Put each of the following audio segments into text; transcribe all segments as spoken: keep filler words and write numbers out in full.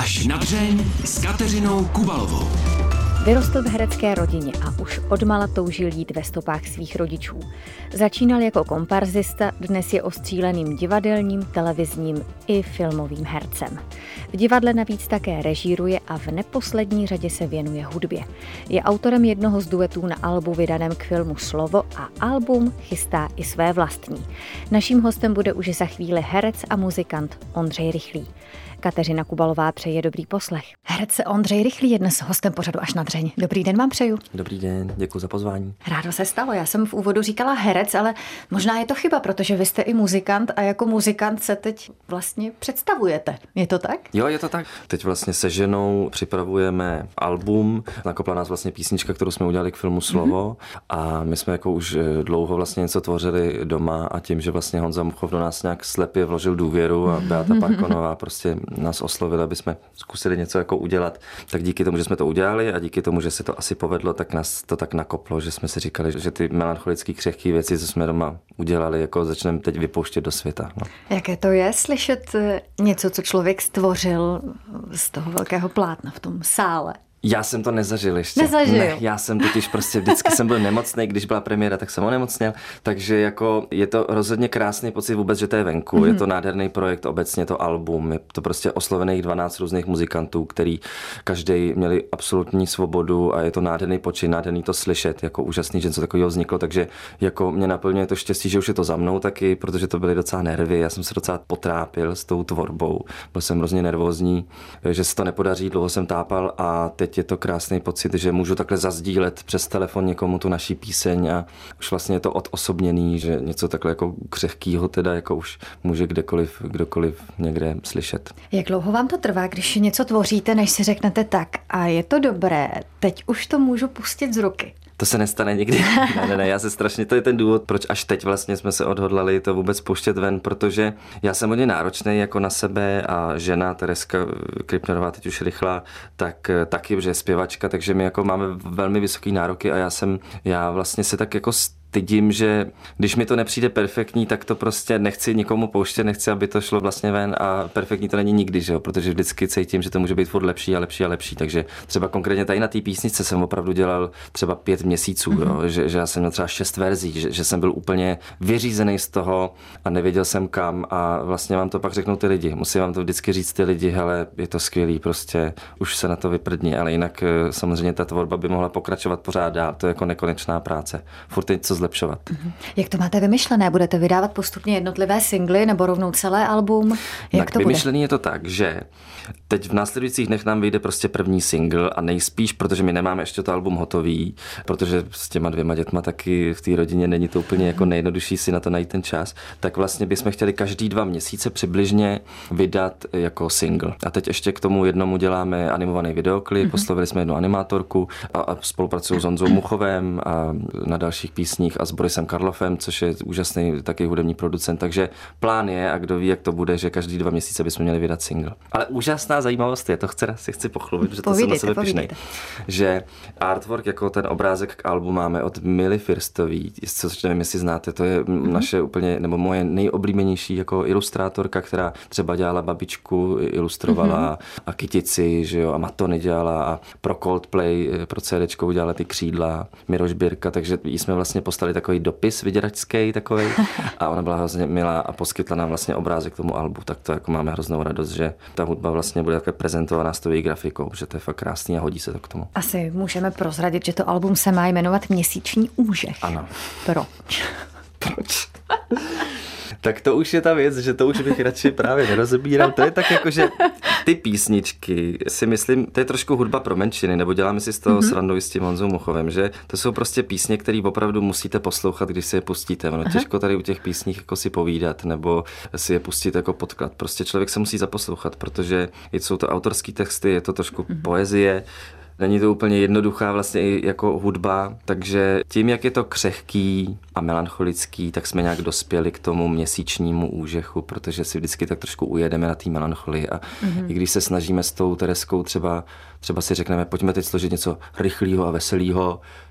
Až na dřeň s Kateřinou Kubalovou. Vyrostl v herecké rodině a už odmala toužil jít ve stopách svých rodičů. Začínal jako komparzista, dnes je ostříleným divadelním, televizním i filmovým hercem. V divadle navíc také režíruje a v neposlední řadě se věnuje hudbě. Je autorem jednoho z duetů na albu vydaném k filmu Slovo a album chystá i své vlastní. Naším hostem bude už za chvíli herec a muzikant Ondřej Rychlý. Kateřina Kubalová přeje dobrý poslech. Herec Ondřej Rychlý je dnes hostem pořadu Až na dřeň. Dobrý den vám přeju. Dobrý den, děkuji za pozvání. Rádo se stalo, já jsem v úvodu říkala herec, ale možná je to chyba, protože vy jste i muzikant a jako muzikant se teď vlastně představujete. Je to tak? Jo, je to tak. Teď vlastně se ženou připravujeme album, nakopla nás vlastně písnička, kterou jsme udělali k filmu Slovo mm-hmm. a my jsme jako už dlouho vlastně něco tvořili doma a tím, že vlastně Honza Muchov do nás nějak slepě vložil důvěru a Beata Parkonová prostě nás oslovila, aby jsme zkusili něco jako udělat, tak díky tomu, že jsme to udělali a díky tomu, že se to asi povedlo, tak nás to tak nakoplo, že jsme si říkali, že ty melancholické křehké věci, co jsme doma udělali, jako začneme teď vypouštět do světa. No. Jaké to je slyšet něco, co člověk stvořil z toho velkého plátna v tom sále? Já jsem to nezažil ještě. Nezažil. Ne, já jsem totiž prostě vždycky jsem byl nemocný, když byla premiéra, tak jsem onemocněl, takže jako je to rozhodně krásný pocit vůbec, že to je venku, mm-hmm. je to nádherný projekt, obecně to album, je to prostě oslovených dvanáct různých muzikantů, který každý měli absolutní svobodu a je to nádherný počin, nádherný to slyšet, jako úžasný, že něco takového vzniklo, takže jako mě naplňuje to štěstí, že už je to za mnou taky, protože to byly docela nervy, já jsem se docela potrápil s tou tvorbou, byl jsem hrozně nervózní, že se to nepodaří, dlouho jsem tápal a teď je to krásný pocit, že můžu takhle zazdílet přes telefon někomu tu naší píseň a už vlastně je to odosobněný, že něco takhle jako křehkýho teda jako už může kdekoliv, kdokoliv někde slyšet. Jak dlouho vám to trvá, když něco tvoříte, než si řeknete tak a je to dobré, teď už to můžu pustit z ruky? To se nestane nikdy. Ne, ne, ne, já se strašně, to je ten důvod, proč až teď vlastně jsme se odhodlali to vůbec pouštět ven, protože já jsem hodně náročný jako na sebe a žena Tereska Kripnerová, teď už Rychlá, tak taky, že je zpěvačka, takže my jako máme velmi vysoký nároky a já jsem, já vlastně se tak jako stydím, že když mi to nepřijde perfektní, tak to prostě nechci nikomu pouštět, nechci, aby to šlo vlastně ven a perfektní to není nikdy, že jo, protože vždycky cítím, že to může být furt lepší a lepší a lepší, takže třeba konkrétně tady na té písničce jsem opravdu dělal třeba pět měsíců, mm-hmm. jo, že, že já jsem měl třeba šest verzí, že, že jsem byl úplně vyřízený z toho a nevěděl jsem kam a vlastně vám to pak řeknou ty lidi, musím vám to vždycky říct ty lidi, hele, je to skvělý, prostě už se na to vyprdni, ale jinak samozřejmě ta tvorba by mohla pokračovat pořád dál, to je jako nekonečná práce, furt je co zlepšovat. Mm-hmm. Jak to máte vymyšlené? Budete vydávat postupně jednotlivé singly nebo rovnou celé album? Jak tak to vymyšlený bude? Je to tak, že teď v následujících dnech nám vyjde prostě první single a nejspíš, protože my nemáme ještě to album hotový, protože s těma dvěma dětma taky v té rodině není to úplně jako nejjednodušší si na to najít ten čas, tak vlastně bychom chtěli každý dva měsíce přibližně vydat jako single. A teď ještě k tomu jednomu děláme animovaný videoklip, mm-hmm. poslovili jsme jednu animátorku a, a spolupracuju s Honzou Muchovem a na dalších písních a s Borisem Karlofem, což je úžasný taky hudební producent, takže plán je a kdo ví, jak to bude, že každý dva měsíce bychom měli vydat single. Ale úžasná zajímavost je, to chci, si chci pochlubit, že to jsem na sebe pyšnej, že artwork jako ten obrázek k albu máme od Mily Firstový, což nevím, jestli znáte, to je mm-hmm. naše úplně, nebo moje nejoblíbenější jako ilustrátorka, která třeba dělala Babičku, ilustrovala mm-hmm. a Kytici, že jo, a Matony dělala a pro Coldplay, pro CDčko dělala ty křídla, Miroš Birka, takže jí jsme vlastně poslali takový dopis vyděračský takovej a ona byla hrozně milá a poskytla nám vlastně obrázek k tomu albu, tak to jako máme hroznou radost, že ta hudba vlastně bude také prezentovaná s tou její grafikou, že to je fakt krásný a hodí se to k tomu. Asi můžeme prozradit, že to album se má jmenovat Měsíční úžeh. Ano. Proč? Proč? Tak to už je ta věc, že to už bych radši právě nerozebíral. To je tak jako, že ty písničky si myslím, to je trošku hudba pro menšiny, nebo děláme si z toho mm-hmm. srandu s tím Honzou Muchovem, že to jsou prostě písně, které opravdu musíte poslouchat, když si je pustíte. Ono těžko tady u těch písních jako si povídat, nebo si je pustit jako podklad. Prostě člověk se musí zaposlouchat, protože jsou to autorský texty, je to trošku mm-hmm. poezie. Není to úplně jednoduchá vlastně i jako hudba, takže tím, jak je to křehký a melancholický, tak jsme nějak dospěli k tomu měsíčnímu úžechu, protože si vždycky tak trošku ujedeme na té melancholii a mm-hmm. i když se snažíme s tou Tereskou třeba, třeba si řekneme, pojďme teď složit něco rychlého a veselého,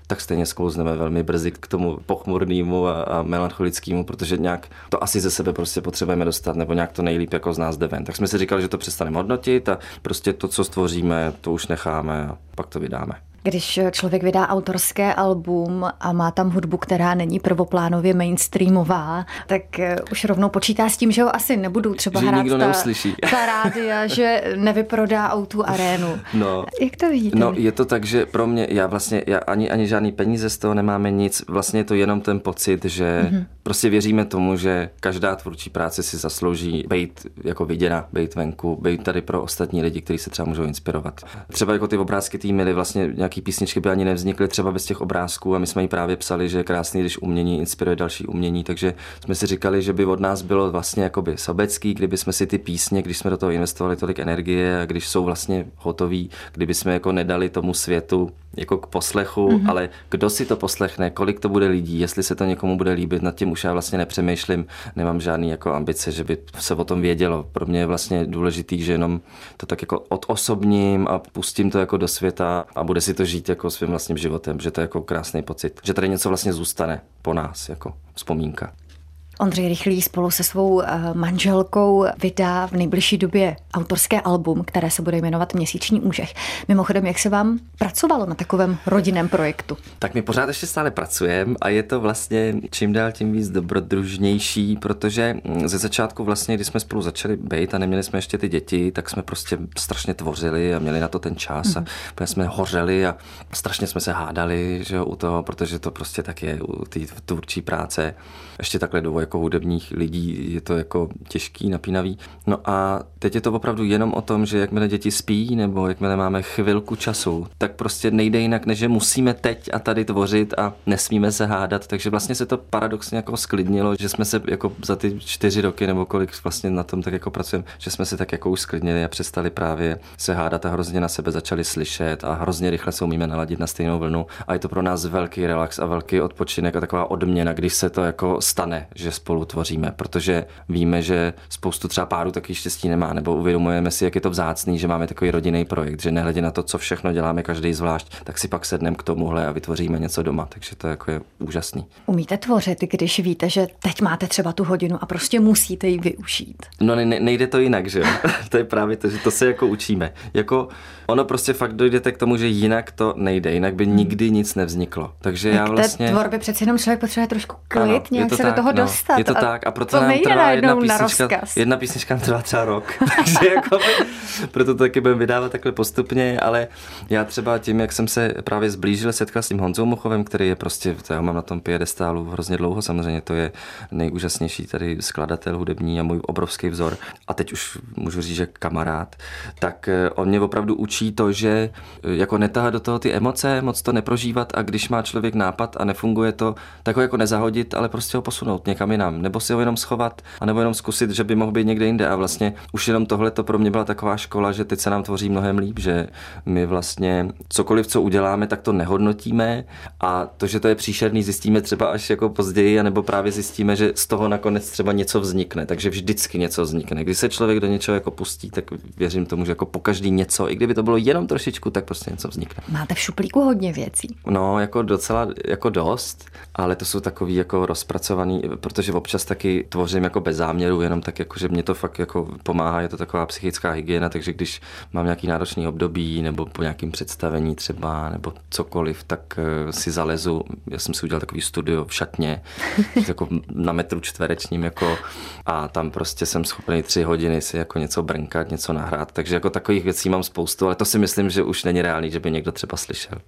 tak stejně sklouzneme velmi brzy k tomu pochmurnému a, a melancholickému, protože nějak to asi ze sebe prostě potřebujeme dostat, nebo nějak to nejlíp jako z nás jde ven. Tak jsme si říkali, že to přestaneme hodnotit a prostě to, co stvoříme, to už necháme a pak to vydáme. Když člověk vydá autorské album a má tam hudbu, která není prvoplánově mainstreamová, tak už rovnou počítá s tím, že ho asi nebudou třeba že hrát nikdo ta, neuslyší. ta rádia, že nevyprodá O dva arénu. No, jak to vidíte? No, je to tak, že pro mě, já vlastně, já ani, ani žádný peníze z toho nemáme nic, vlastně je to jenom ten pocit, že mm-hmm. prostě věříme tomu, že každá tvůrčí práce si zaslouží být jako viděna, být venku, být tady pro ostatní lidi, kteří se třeba můžou inspirovat. Třeba jako ty obrázky té Mily, vlastně nějaký písničky by ani nevznikly třeba bez těch obrázků a my jsme jí právě psali, že je krásný, když umění inspiruje další umění, takže jsme si říkali, že by od nás bylo vlastně jakoby sobecký, kdyby jsme si ty písně, když jsme do toho investovali tolik energie a když jsou vlastně hotový, kdyby jsme jako nedali tomu světu jako k poslechu, mm-hmm. ale kdo si to poslechne, kolik to bude lidí, jestli se to někomu bude líbit, nad tím už já vlastně nepřemýšlím, nemám žádný jako ambice, že by se o tom vědělo. Pro mě je vlastně důležitý, že jenom to tak jako odosobním a pustím to jako do světa a bude si to žít jako svým vlastním životem, že to je jako krásný pocit, že tady něco vlastně zůstane po nás jako vzpomínka. Ondřej Rychlý spolu se svou manželkou vydá v nejbližší době autorské album, které se bude jmenovat Měsíční úžeh. Mimochodem, jak se vám pracovalo na takovém rodinném projektu? Tak my pořád ještě stále pracujeme a je to vlastně čím dál tím víc dobrodružnější, protože ze začátku vlastně, když jsme spolu začali bejt a neměli jsme ještě ty děti, tak jsme prostě strašně tvořili a měli na to ten čas mm. a jsme hořeli a strašně jsme se hádali, že jo, u toho, protože to prostě tak je u té tvůrčí práce. Ještě takhle dvou jako hudebních lidí je to jako těžký, napínavý. No a teď je to opravdu jenom o tom, že jakmile děti spí nebo jakmile máme chvilku času, tak prostě nejde jinak, než že musíme teď a tady tvořit a nesmíme se hádat. Takže vlastně se to paradoxně jako sklidnilo, že jsme se jako za ty čtyři roky nebo kolik vlastně na tom tak jako pracujeme, že jsme se tak jako už sklidnili a přestali právě se hádat a hrozně na sebe začali slyšet a hrozně rychle se umíme naladit na stejnou vlnu. A je to pro nás velký relax a velký odpočinek a taková odměna, když se to jako stane, že spolu tvoříme, protože víme, že spoustu třeba párů taky štěstí nemá, nebo uvědomujeme si, jak je to vzácný, že máme takový rodinný projekt, že nehledě na to, co všechno děláme každý zvlášť, tak si pak sedneme k tomuhle a vytvoříme něco doma, takže to jako je úžasný. Umíte tvořit, když víte, že teď máte třeba tu hodinu a prostě musíte ji využít? No ne, nejde to jinak, že jo? To je právě to, že to se jako učíme. Jako ono prostě fakt dojdete k tomu, že jinak to nejde, jinak by nikdy nic nevzniklo. Takže tak já vlastně... té tvorby přece jenom člověk potřebuje trošku klid, ano, nějak se tak, do toho no, dostat. Je to a tak a proto to nám trvá jedna písnička, jedna písnička trvá třeba rok. Takže jako by, proto to taky budeme vydávat takhle postupně, ale já třeba tím, jak jsem se právě zblížil, setkal s tím Honzou Muchovem, který je prostě, já ho mám na tom piedestálu hrozně dlouho, samozřejmě to je nejúžasnější tady skladatel hudební a můj obrovský vzor. A teď už můžu říct, že kamarád, tak on mě opravdu učí to, že jako netahat do toho ty emoce, moc to neprožívat a když má člověk nápad a nefunguje to, tak ho jako nezahodit, ale prostě ho posunout někam jinam, nebo si ho jenom schovat, anebo jenom zkusit, že by mohl být někde jinde. A vlastně už jenom tohle to pro mě byla taková škola, že teď se nám tvoří mnohem líp, že my vlastně cokoliv, co uděláme, tak to nehodnotíme a to, že to je příšerný, zjistíme třeba až jako později, anebo právě zjistíme, že z toho nakonec třeba něco vznikne. Takže vždycky něco vznikne. Když se člověk do něčeho jako pustí, tak věřím tomu, že jako po každý něco, i kdyby to bylo jenom trošičku, tak prostě něco vznikne. Máte v šuplíku hodně věcí. No, jako docela jako dost, ale to jsou takový jako rozpracovaný, protože občas taky tvořím jako bez záměru, jenom tak jako, že mě to fakt jako pomáhá, je to taková psychická hygiena, takže když mám nějaký náročný období nebo po nějakým představení třeba nebo cokoliv, tak si zalezu, já jsem si udělal takový studio v šatně, jako na metru čtverečním jako a tam prostě jsem schopný tři hodiny si jako něco brnkat, něco nahrát, takže jako takových věcí mám spoustu, ale to si myslím, že už není reálný, že by někdo třeba slyšel.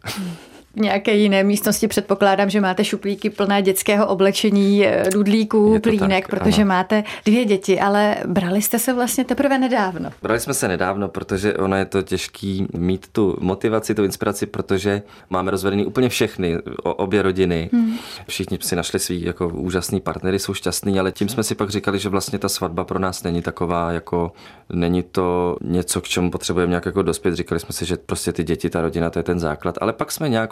V nějaké jiné místnosti předpokládám, že máte šuplíky plné dětského oblečení, dudlíků, plínek, tak, protože ano. Máte dvě děti, ale brali jste se vlastně teprve nedávno. Brali jsme se nedávno, protože ono je to těžký mít tu motivaci, tu inspiraci, protože máme rozvedený úplně všechny, obě rodiny. Hmm. Všichni si našli svý jako úžasný partnery, jsou šťastný, ale tím jsme si pak říkali, že vlastně ta svatba pro nás není taková, jako není to něco, k čemu potřebujeme nějak jako dospět. Říkali jsme si, že prostě ty děti, ta rodina, to je ten základ, ale pak jsme nějak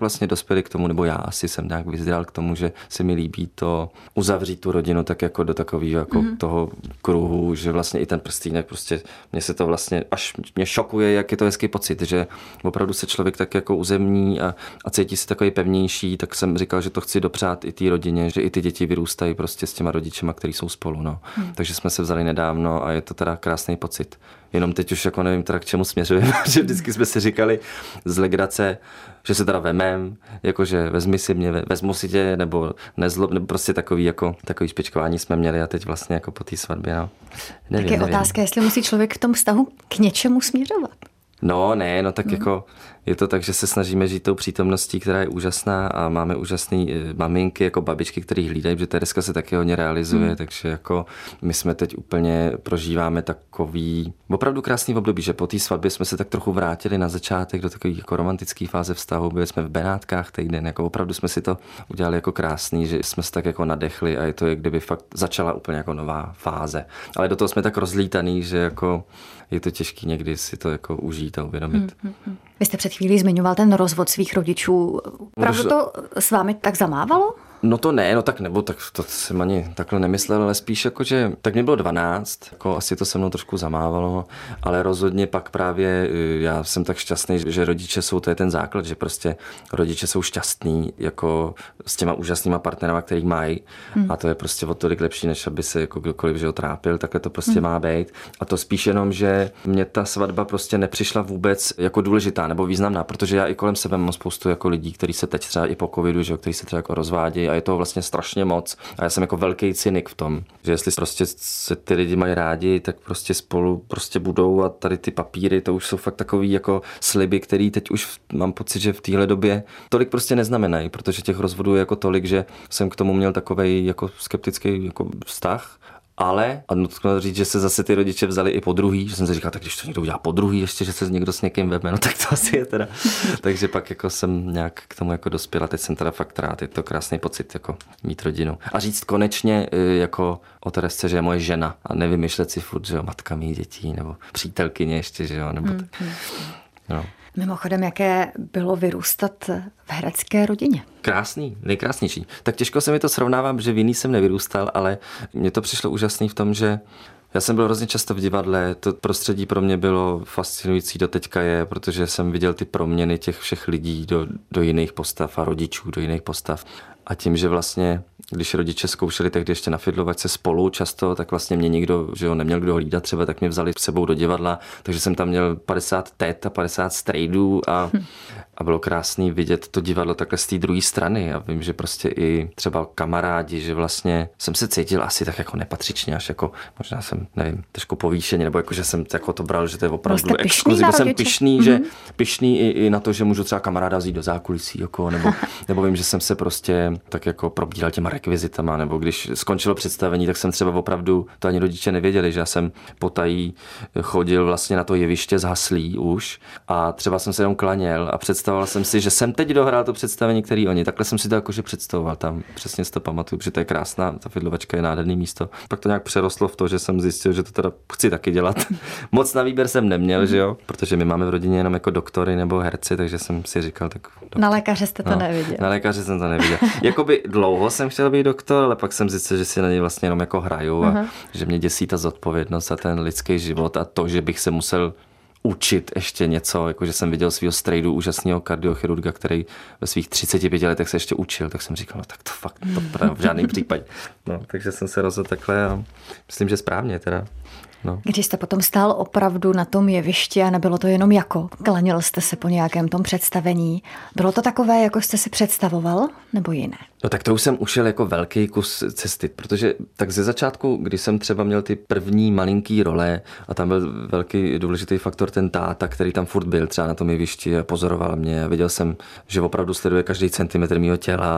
vlastně dospěli k tomu, nebo já asi jsem nějak vyzrál k tomu, že se mi líbí to uzavřít tu rodinu tak jako do takového jako mm. toho kruhu, že vlastně i ten prstýnek, prostě mě se to vlastně, až mě šokuje, jak je to hezký pocit, že opravdu se člověk tak jako uzemní a, a cítí se takový pevnější, tak jsem říkal, že to chci dopřát i té rodině, že i ty děti vyrůstají prostě s těma rodičema, kteří jsou spolu, no. Mm. Takže jsme se vzali nedávno a je to teda krásný pocit. Jenom teď už jako nevím teda k čemu směřujeme, že vždycky jsme si říkali z legrace, že se teda vemem, jakože vezmi si mě, vezmu si tě, nebo nezlob, nebo prostě takový jako takový špičkování jsme měli a teď vlastně jako po té svatbě, no. Nevím, tak je nevím. otázka, jestli musí člověk v tom vztahu k něčemu směřovat. No ne, no tak mm. jako je to tak, že se snažíme žít tou přítomností, která je úžasná a máme úžasné maminky jako babičky, které hlídají, protože Tereska se taky hodně realizuje, mm. takže jako my jsme teď úplně prožíváme takový opravdu krásný období, že po té svatbě jsme se tak trochu vrátili na začátek do takové jako romantické fáze vztahu, byli jsme v Benátkách týden, jako opravdu jsme si to udělali jako krásný, že jsme se tak jako nadechli a je to, jak kdyby fakt začala úplně jako nová fáze. Ale do toho jsme tak rozlítaný, že jako je to těžký někdy si to jako užít a uvědomit. Mm, mm, mm. Vy jste před chvílí zmiňoval ten rozvod svých rodičů. Opravdu to s vámi tak zamávalo? No to ne, no tak nebo tak to jsem ani takhle nemyslel, ale spíš jako, že tak mě bylo dvanáct, jako asi to se mnou trošku zamávalo, ale rozhodně pak právě já jsem tak šťastný, že rodiče jsou, to je ten základ, že prostě rodiče jsou šťastní jako s těma úžasnýma partnerama, který mají hmm. a to je prostě o tolik lepší, než aby se jako kdokoliv že ho trápil, takhle to prostě hmm. má být. A to spíš jenom, že mě ta svatba prostě nepřišla vůbec jako důležitá nebo významná, protože já i kolem sebe mám spoustu jako lidí, kteří se teď třeba i po covidu, že kteří se třeba jako rozvádějí a je toho vlastně strašně moc. A já jsem jako velký cynik v tom, že jestli prostě se ty lidi mají rádi, tak prostě spolu prostě budou a tady ty papíry, to už jsou fakt takový jako sliby, který teď už mám pocit, že v téhle době tolik prostě neznamenají, protože těch rozvodů je jako tolik, že jsem k tomu měl takovej jako skeptický jako vztah. Ale, a nutno říct, že se zase ty rodiče vzali i po druhý, že jsem si říkal, tak když to někdo udělá po druhý ještě, že se někdo s někým veme, no tak to asi je teda. Takže pak jako jsem nějak k tomu jako dospěl a teď jsem teda fakt rád, je to krásný pocit jako mít rodinu. A říct konečně jako o Teresce, že je moje žena a nevymýšlet si furt, že jo, matka mých dětí nebo přítelkyně ještě, že jo, nebo tak. Hmm. No. Mimochodem, jaké bylo vyrůstat v herecké rodině? Krásný, nejkrásnější. Tak těžko se mi to srovnávám, že v jiný jsem nevyrůstal, ale mně to přišlo úžasný v tom, že já jsem byl hrozně často v divadle, to prostředí pro mě bylo fascinující, doteďka je, protože jsem viděl ty proměny těch všech lidí do, do jiných postav a rodičů do jiných postav. A tím, že vlastně, když rodiče zkoušeli tehdy ještě nafidlovat se spolu často, tak vlastně mě nikdo, že jo, neměl kdo hlídat třeba, tak mě vzali s sebou do divadla, takže jsem tam měl padesát tet a padesát strejdů a, hm. a bylo krásný vidět to divadlo takhle z té druhé strany. A vím, že prostě i třeba kamarádi, že vlastně jsem se cítil asi tak jako nepatřičně, až jako, možná jsem, nevím, trošku povýšeně, nebo jako, že jsem jako to bral, že to je opravdu exkluzivní. Jsem pyšný, mm-hmm. že pyšný i, i na to, že můžu třeba kamaráda vzít do zákulisí, jako, nebo, nebo vím, že jsem se prostě tak jako probíral těma rekvizitama, nebo když skončilo představení, tak jsem třeba opravdu, to ani rodiče nevěděli, že já jsem potají chodil vlastně na to jeviště zhaslý už a třeba jsem se jenom klaněl a představoval jsem si, že jsem teď dohrál to představení, který oni. Takhle jsem si to jakože představoval, tam přesně si to pamatuju, protože to je krásná, ta fidlovačka je nádherný místo. Pak to nějak přerostlo v to, že jsem zjistil, že to teda chci taky dělat. Moc na výběr jsem neměl, že jo, protože my máme v rodině jenom jako doktory nebo herci, takže jsem si říkal, tak doktor. Na lékaře jste to no, neviděl. Na lékaře jsem to neviděl. Jakoby dlouho jsem chtěl být doktor, ale pak jsem zjistil, že si na něj vlastně jenom jako hraju a uh-huh. že mě děsí ta zodpovědnost a ten lidský život a to, že bych se musel učit ještě něco, jakože jsem viděl svého strejdu, úžasného kardiochirurga, který ve svých třiceti pěti letech se ještě učil, tak jsem říkal, no tak to fakt to v žádném případě. No, takže jsem se rozhodl takhle a myslím, že správně teda. No. Když jste potom stál opravdu na tom jevišti a nebylo to jenom jako, klanil jste se po nějakém tom představení, bylo to takové, jako jste si představoval, nebo jiné? No tak to už jsem ušel jako velký kus cesty, protože tak ze začátku, když jsem třeba měl ty první malinký role a tam byl velký důležitý faktor ten táta, který tam furt byl třeba na tom jevišti a pozoroval mě a viděl jsem, že opravdu sleduje každý centimetr mého těla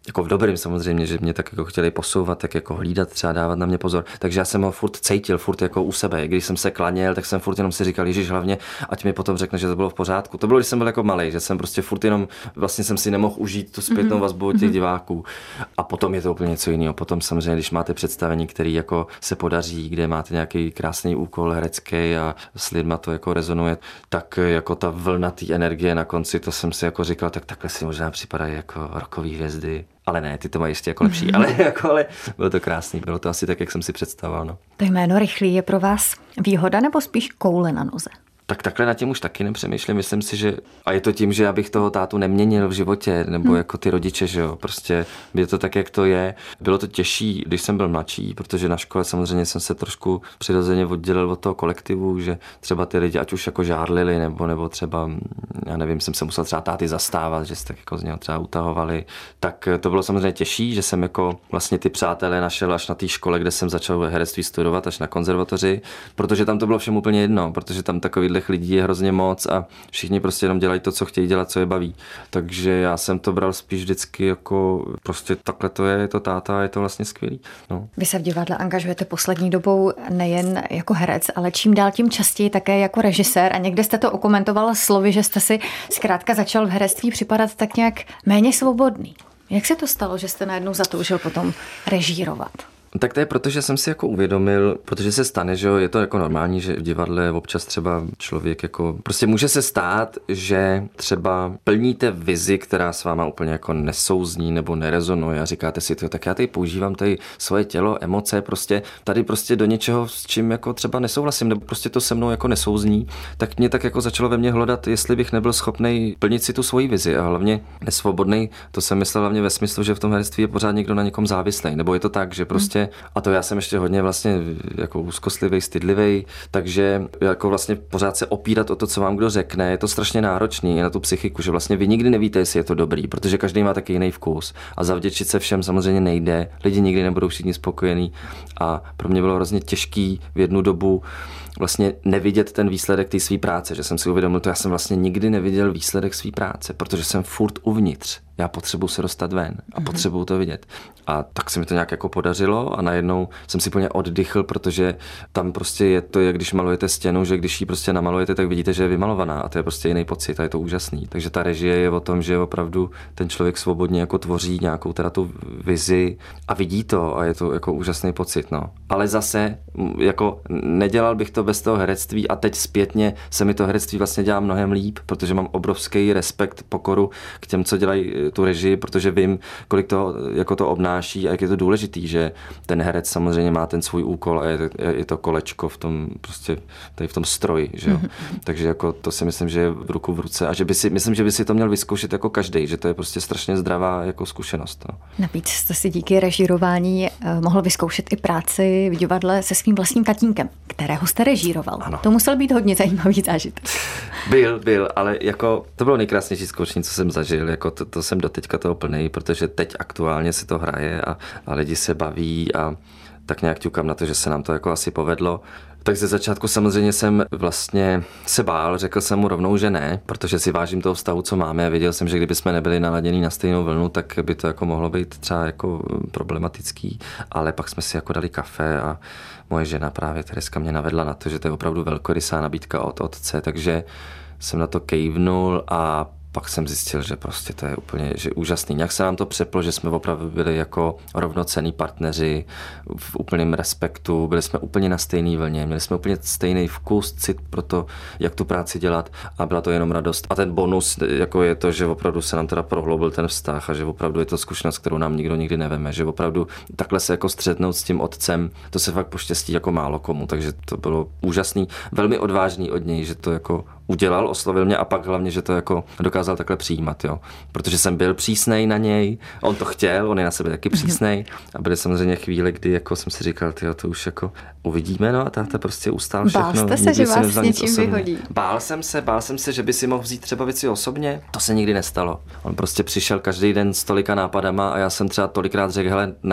jako v dobrým samozřejmě, že mě tak jako chtěli posouvat, tak jako hlídat, třeba dávat na mě pozor. Takže já jsem ho furt cítil, furt jako u sebe. Když jsem se klaněl, tak jsem furt jenom si říkal, Ježíš, hlavně, ať mi potom řekne, že to bylo v pořádku. To bylo, když jsem byl jako malej, že jsem prostě furt jenom, vlastně jsem si nemohl užít tu zpětnou vazbu od těch diváků. A potom je to úplně něco jiného. Potom samozřejmě, když máte představení, který jako se podaří, kde máte nějaký krásný úkol herecký a s lidma to jako rezonuje, tak jako ta vlna té energie na konci, to jsem si jako říkal, tak takhle si možná připadají jako rockové hvězdy. Ale ne, ty to mají ještě jako lepší, ale, jako, ale bylo to krásný, bylo to asi tak, jak jsem si představoval. No. To jméno Rychlý je pro vás výhoda nebo spíš koule na noze? Tak takhle nad tím už taky nepřemýšlím. Myslím si, že a je to tím, že abych toho tátu neměnil v životě, nebo hmm. jako ty rodiče, že jo. Prostě je to tak, jak to je. Bylo to těžší, když jsem byl mladší, protože na škole samozřejmě jsem se trošku přirozeně oddělil od toho kolektivu, že třeba ty lidi ať už jako žárlili, nebo, nebo třeba, já nevím, jsem se musel třeba táty zastávat, že se tak jako z něho třeba utahovali. Tak to bylo samozřejmě těžší, že jsem jako vlastně ty přátelé našel až na té škole, kde jsem začal herectví studovat, až na konzervatoři, protože tam to bylo všem úplně jedno, protože tam takový lidí je hrozně moc a všichni prostě jenom dělají to, co chtějí dělat, co je baví. Takže já jsem to bral spíš vždycky jako prostě takhle to je, je to táta a je to vlastně skvělý. No. Vy se v divadle angažujete poslední dobou nejen jako herec, ale čím dál tím častěji také jako režisér a někde jste to okomentoval slovy, že jste si zkrátka začal v herectví připadat tak nějak méně svobodný. Jak se to stalo, že jste najednou zatoužil potom režírovat? Tak to je proto, že jsem si jako uvědomil, protože se stane, že je to jako normální, že v divadle občas třeba člověk jako, prostě může se stát, že třeba plníte vizi, která s váma úplně jako nesouzní nebo nerezonuje a říkáte si, tak já tady používám tady svoje tělo, emoce, prostě tady prostě do něčeho, s čím jako třeba nesouhlasím, nebo prostě to se mnou jako nesouzní, tak mě tak jako začalo ve mně hledat, jestli bych nebyl schopný plnit si tu svoji vizi a hlavně nesvobodný, to jsem myslel hlavně ve smyslu, že v tom herectví je pořád někdo na někom závislý, nebo je to tak, že prostě hmm. A to já jsem ještě hodně vlastně jako úzkostlivý, stydlivý, takže jako vlastně pořád se opírat o to, co vám kdo řekne, je to strašně náročný na tu psychiku, že vlastně vy nikdy nevíte, jestli je to dobrý, protože každý má taky jiný vkus a zavděčit se všem samozřejmě nejde, lidi nikdy nebudou všichni spokojení a pro mě bylo hrozně těžký v jednu dobu vlastně nevidět ten výsledek té své práce, že jsem si uvědomil, to já jsem vlastně nikdy neviděl výsledek své práce, protože jsem furt uvnitř. Já potřebuji se dostat ven a potřebuji to vidět. A tak se mi to nějak jako podařilo a najednou jsem si plně oddychl, protože tam prostě je to, jak když malujete stěnu, že když ji prostě namalujete, tak vidíte, že je vymalovaná a to je prostě jiný pocit a je to úžasný. Takže ta režie je o tom, že opravdu ten člověk svobodně jako tvoří nějakou teda tu vizi a vidí to a je to jako úžasný pocit, no. Ale zase jako nedělal bych to bez toho herectví a teď zpětně se mi to herectví vlastně dělá mnohem líp, protože mám obrovský respekt, pokoru k těm, co dělají tu režii, protože vím, kolik to, jako to obnáší a jak je to důležitý, že ten herec samozřejmě má ten svůj úkol a je, je to kolečko v tom prostě tady v tom stroji, že jo. Mm-hmm. Takže jako to si myslím, že je v ruku v ruce a že by si, myslím, že by si to měl vyzkoušet jako každý, že to je prostě strašně zdravá jako zkušenost. No. Navíc jste si díky režírování mohl vyzkoušet i práci v divadle se svým vlastním tatínkem, kterého jste režíroval. Ano. To musel být hodně zajímavý zážitek. Byl, byl, ale jako to bylo nejkrásnější zkoušení, co jsem zažil, jako to, to jsem doteďka toho plnej, protože teď aktuálně se to hraje a, a lidi se baví a tak nějak ťukám na to, že se nám to jako asi povedlo. Tak ze začátku samozřejmě jsem vlastně se bál, řekl jsem mu rovnou, že ne, protože si vážím toho vztahu, co máme a věděl jsem, že kdyby jsme nebyli naladění na stejnou vlnu, tak by to jako mohlo být třeba jako problematický, ale pak jsme si jako dali kafe a moje žena právě Tereska mě navedla na to, že to je opravdu velkorysá nabídka od otce, takže jsem na to kejvnul a pak jsem zjistil, že prostě to je úplně že úžasný. Nějak se nám to přeplo, že jsme opravdu byli jako rovnocenní partneři v úplném respektu, byli jsme úplně na stejné vlně, měli jsme úplně stejný vkus, cit pro to, jak tu práci dělat a byla to jenom radost. A ten bonus jako je to, že opravdu se nám teda prohloubil ten vztah a že opravdu je to zkušenost, kterou nám nikdo nikdy neveme, že opravdu takhle se jako střetnout s tím otcem, to se fakt poštěstí jako málo komu, takže to bylo úžasný, velmi odvážný od něj, že to jako udělal, oslovil mě a pak hlavně, že to jako dokázal takhle přijímat, jo. Protože jsem byl přísnej na něj, on to chtěl, on je na sebe taky přísnej a byly samozřejmě chvíle, kdy jako jsem si říkal, tyjo, to už jako uvidíme, no a táta prostě ustál všechno. Bál jste se, že vás s něčím vyhodí? Bál jsem se, bál jsem se, že by si mohl vzít třeba věci osobně. To se nikdy nestalo. On prostě přišel každý den s tolika nápadama a já jsem třeba tolikrát řekl, hele, ne,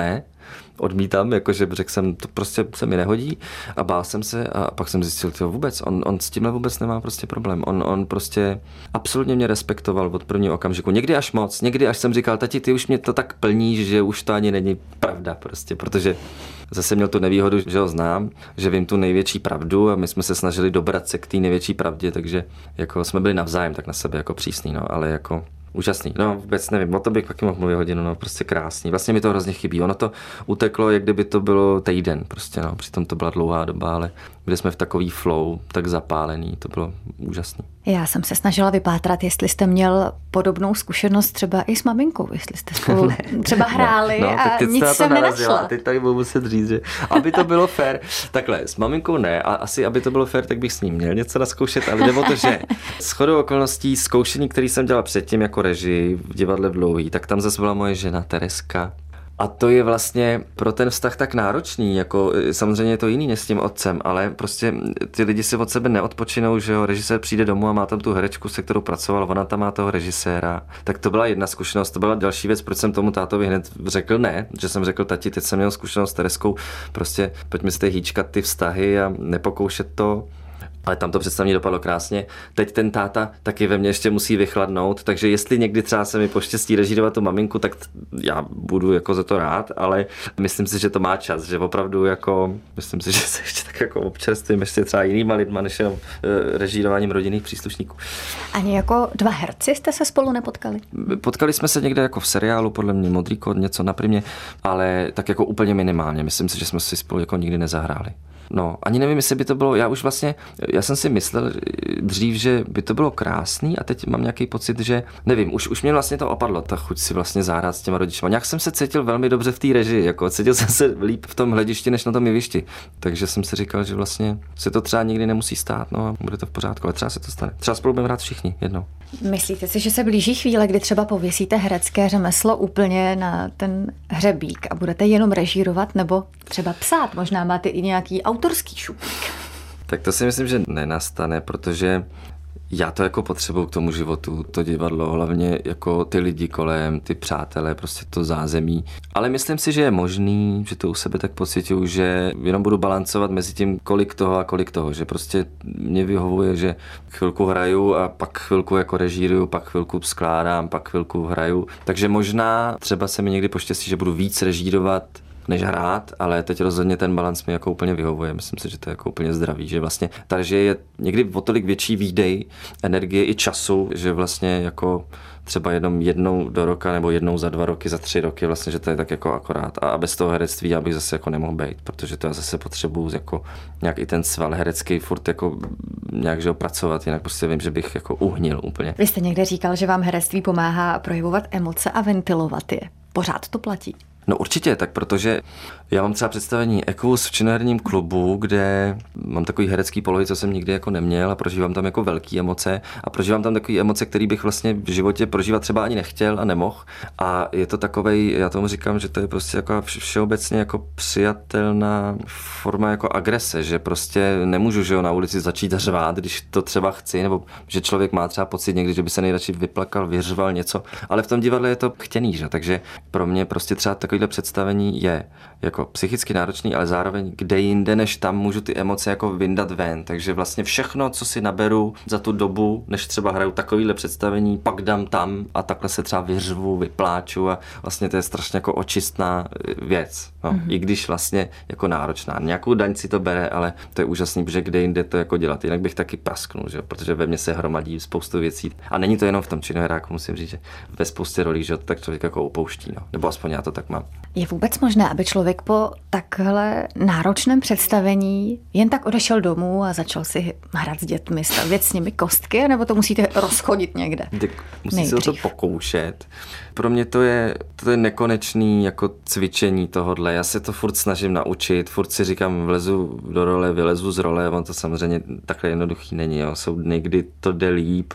odmítám, jakože řekl jsem, to prostě se mi nehodí a bál jsem se a pak jsem zjistil, že vůbec, on, on s tímhle vůbec nemá prostě problém. On, on prostě absolutně mě respektoval od prvního okamžiku. Někdy až moc, někdy až jsem říkal, tati, ty už mě to tak plníš, že už to ani není pravda prostě, protože zase měl tu nevýhodu, že ho znám, že vím tu největší pravdu a my jsme se snažili dobrat se k té největší pravdě, takže jako jsme byli navzájem tak na sebe jako přísný, no, ale jako úžasný. No vůbec nevím, o to bych taky mohl mluvit hodinu, no prostě krásný. Vlastně mi to hrozně chybí. Ono to uteklo, jak kdyby to bylo týden prostě, no. Přitom to byla dlouhá doba, ale byli jsme v takový flow, tak zapálený, to bylo úžasný. Já jsem se snažila vypátrat, jestli jste měl podobnou zkušenost třeba i s maminkou, jestli jste spolu třeba hráli no, a nic jsem nenašla. Teď tady budu muset říct, že aby to bylo fér, takhle, s maminkou ne, a asi aby to bylo fér, tak bych s ní měl něco naskoušet, ale jde o to, že shodou okolností zkoušení, který jsem dělal předtím jako režii v divadle v Dlouhý, tak tam zase byla moje žena Tereska. A to je vlastně pro ten vztah tak náročný, jako samozřejmě je to jiný než s tím otcem, ale prostě ty lidi si od sebe neodpočinou, že jo, režisér přijde domů a má tam tu herečku, se kterou pracoval, ona tam má toho režiséra. Tak to byla jedna zkušenost, to byla další věc, proč jsem tomu tátovi hned řekl ne, že jsem řekl, tati, teď jsem měl zkušenost s Tereskou, prostě pojďme si tady hýčkat ty vztahy a nepokoušet to. Ale tam to představení dopadlo krásně. Teď ten táta taky ve mně ještě musí vychladnout, takže jestli někdy třeba se mi poštěstí režírovat tu maminku, tak já budu jako za to rád, ale myslím si, že to má čas, že opravdu jako, myslím si, že se ještě tak jako občerstvím ještě třeba jinýma lidma, než jenom režírováním rodinných příslušníků. Ani jako dva herci jste se spolu nepotkali? Potkali jsme se někde jako v seriálu, podle mě Modrý kód, něco na Primě, ale tak jako úplně minimálně. Myslím si, že jsme si spolu jako nikdy nezahráli. No, ani nevím, jestli by to bylo, já už vlastně, já jsem si myslel dřív, že by to bylo krásný a teď mám nějaký pocit, že, nevím, už, už mě vlastně to opadlo, ta chuť si vlastně zahrát s těma rodičima. Nějak jsem se cítil velmi dobře v té režii, jako cítil jsem se líp v tom hledišti, než na tom jevišti. Takže jsem si říkal, že vlastně se to třeba nikdy nemusí stát, no a bude to v pořádku, ale třeba se to stane. Třeba spolu budeme hrát všichni jednou. Myslíte si, že se blíží chvíle, kdy třeba pověsíte herecké řemeslo úplně na ten hřebík a budete jenom režírovat nebo třeba psát? Možná máte i nějaký autorský šuplík. Tak to si myslím, že nenastane, protože já to jako potřebuju k tomu životu, to divadlo, hlavně jako ty lidi kolem, ty přátelé, prostě to zázemí. Ale myslím si, že je možný, že to u sebe tak pocituju, že jenom budu balancovat mezi tím, kolik toho a kolik toho, že prostě mě vyhovuje, že chvilku hraju a pak chvilku jako režíruju, pak chvilku skládám, pak chvilku hraju. Takže možná třeba se mi někdy poštěstí, že budu víc režírovat než hrát, ale teď rozhodně ten balans mi jako úplně vyhovuje. Myslím si, že to je jako úplně zdravý, že vlastně ta režie je někdy o tolik větší výdej energie i času, že vlastně jako třeba jenom jednou do roka nebo jednou za dva roky, za tři roky, vlastně, že to je tak jako akorát. A bez toho herectví já bych zase jako nemohl být, protože to já zase potřebuju jako nějak i ten sval herecký furt jako nějak, že pracovat, jinak prostě vím, že bych jako uhnil úplně. Vy jste někde říkal, že vám herectví pomáhá projevovat emoce a ventilovat je. Pořád to platí? No určitě, tak protože já mám třeba představení Equus v činoherním klubu, kde mám takový herecký polohy, co jsem nikdy jako neměl a prožívám tam jako velké emoce a prožívám tam takové emoce, které bych vlastně v životě prožívat třeba ani nechtěl a nemohl. A je to takovej, já tomu říkám, že to je prostě jako všeobecně jako přijatelná forma jako agrese, že prostě nemůžu, že jo, na ulici začít řvát, když to třeba chci, nebo že člověk má třeba pocit někdy, že by se nejradši vyplakal, vyřval něco, ale v tom divadle je to chtěný, že? Takže pro mě prostě třeba takovýhle představení je jako psychicky náročný, ale zároveň kde jinde, než tam můžu ty emoce jako vyndat ven. Takže vlastně všechno, co si naberu za tu dobu, než třeba hraju takovýhle představení, pak dám tam a takhle se třeba vyřvu, vypláču a vlastně to je strašně jako očistná věc. No. Mm-hmm. I když vlastně jako náročná. Nějakou daň si to bere, ale to je úžasný, protože kde jinde to jako dělat. Jinak bych taky prasknul, že? Protože ve mně se hromadí spoustu věcí. A není to jenom v tom činoheráku, musím říct, že ve spoustě rolí, že tak člověk jako opouští, no. Nebo aspoň já to tak mám. Je vůbec možné, aby člověk po takhle náročném představení jen tak odešel domů a začal si hrát s dětmi, stavět s nimi kostky, nebo to musíte rozchodit někde? Tak musí se o to pokoušet. Pro mě to je, to je nekonečný jako cvičení tohodle. Já se to furt snažím naučit, furt si říkám, vlezu do role, vylezu z role, on to samozřejmě takhle jednoduchý není. Jo. Jsou dny, kdy to jde líp,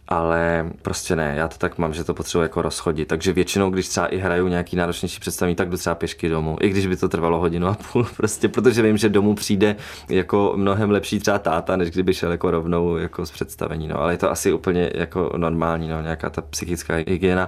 ale prostě ne, já to tak mám, že to potřebuji jako rozchodit. Takže většinou, když třeba i hraju nějaký náročnější představení, tak jdu třeba pěšky domů. I když by to trvalo hodinu a půl, prostě, protože vím, že domů přijde jako mnohem lepší třeba táta, než kdyby šel jako rovnou jako z představení. No. Ale je to asi úplně jako normální, no, nějaká ta psychická hygiena.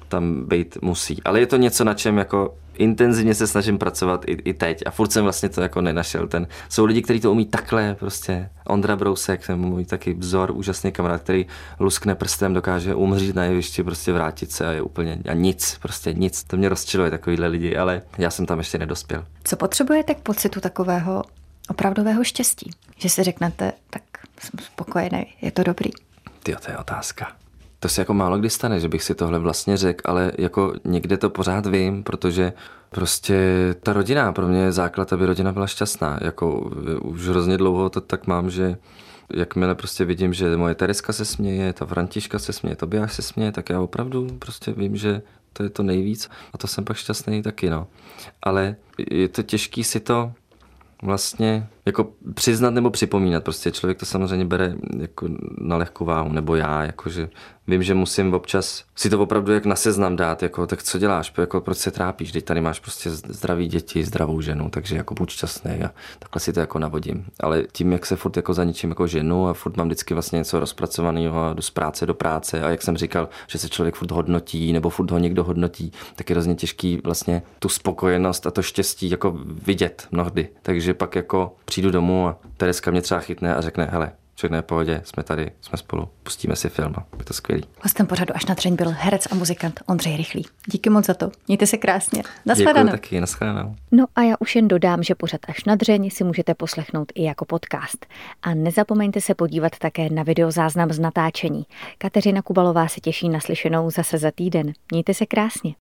tam být musí. Ale je to něco, na čem jako intenzivně se snažím pracovat i, i teď a furt jsem vlastně to jako nenašel. Ten, jsou lidi, kteří to umí takhle prostě. Ondra Brousek, ten můj taky vzor, úžasný kamarád, který luskne prstem, dokáže umřít na jevišti, prostě vrátit se a je úplně a nic, prostě nic. To mě rozčiluje takovýhle lidi, ale já jsem tam ještě nedospěl. Co potřebujete k pocitu takového opravdového štěstí? Že si řeknete, tak jsem spokojený, je to dobrý. Tyjo, to je otázka. To se jako málo kdy stane, že bych si tohle vlastně řekl, ale jako někde to pořád vím, protože prostě ta rodina, pro mě je základ, aby rodina byla šťastná. Jako už hrozně dlouho to tak mám, že jakmile prostě vidím, že moje Tereska se směje, ta Františka se směje, Tobiáš se směje, tak já opravdu prostě vím, že to je to nejvíc a to jsem pak šťastný taky, no. Ale je to těžký si to vlastně jako přiznat nebo připomínat. Prostě člověk to samozřejmě bere jako na lehkou váhu, nebo já, jakože vím, že musím občas si to opravdu jak na seznam dát, jako tak co děláš, jako proč se trápíš, teď tady máš prostě zdraví děti, zdravou ženu, takže jako buď šťastný a takhle si to jako navodím. Ale tím, jak se furt jako za ničím jako ženu a furt mám vždycky vlastně něco rozpracovaného a jdu z práce do práce a jak jsem říkal, že se člověk furt hodnotí nebo furt ho někdo hodnotí, tak je hrozně těžký vlastně tu spokojenost a to štěstí jako vidět mnohdy. Takže pak jako přijdu domů a Tereska mě třeba chytne a řekne, hele, všechno je v pohodě, jsme tady, jsme spolu, pustíme si film, je to skvělý. Hostem pořadu Až na dřeň byl herec a muzikant Ondřej Rychlý. Díky moc za to, mějte se krásně. Nashledanou. Děkuji taky, nashledanou. No a já už jen dodám, že pořad Až na dřeň si můžete poslechnout i jako podcast. A nezapomeňte se podívat také na videozáznam z natáčení. Kateřina Kubalová se těší na slyšenou zase za týden. Mějte se krásně.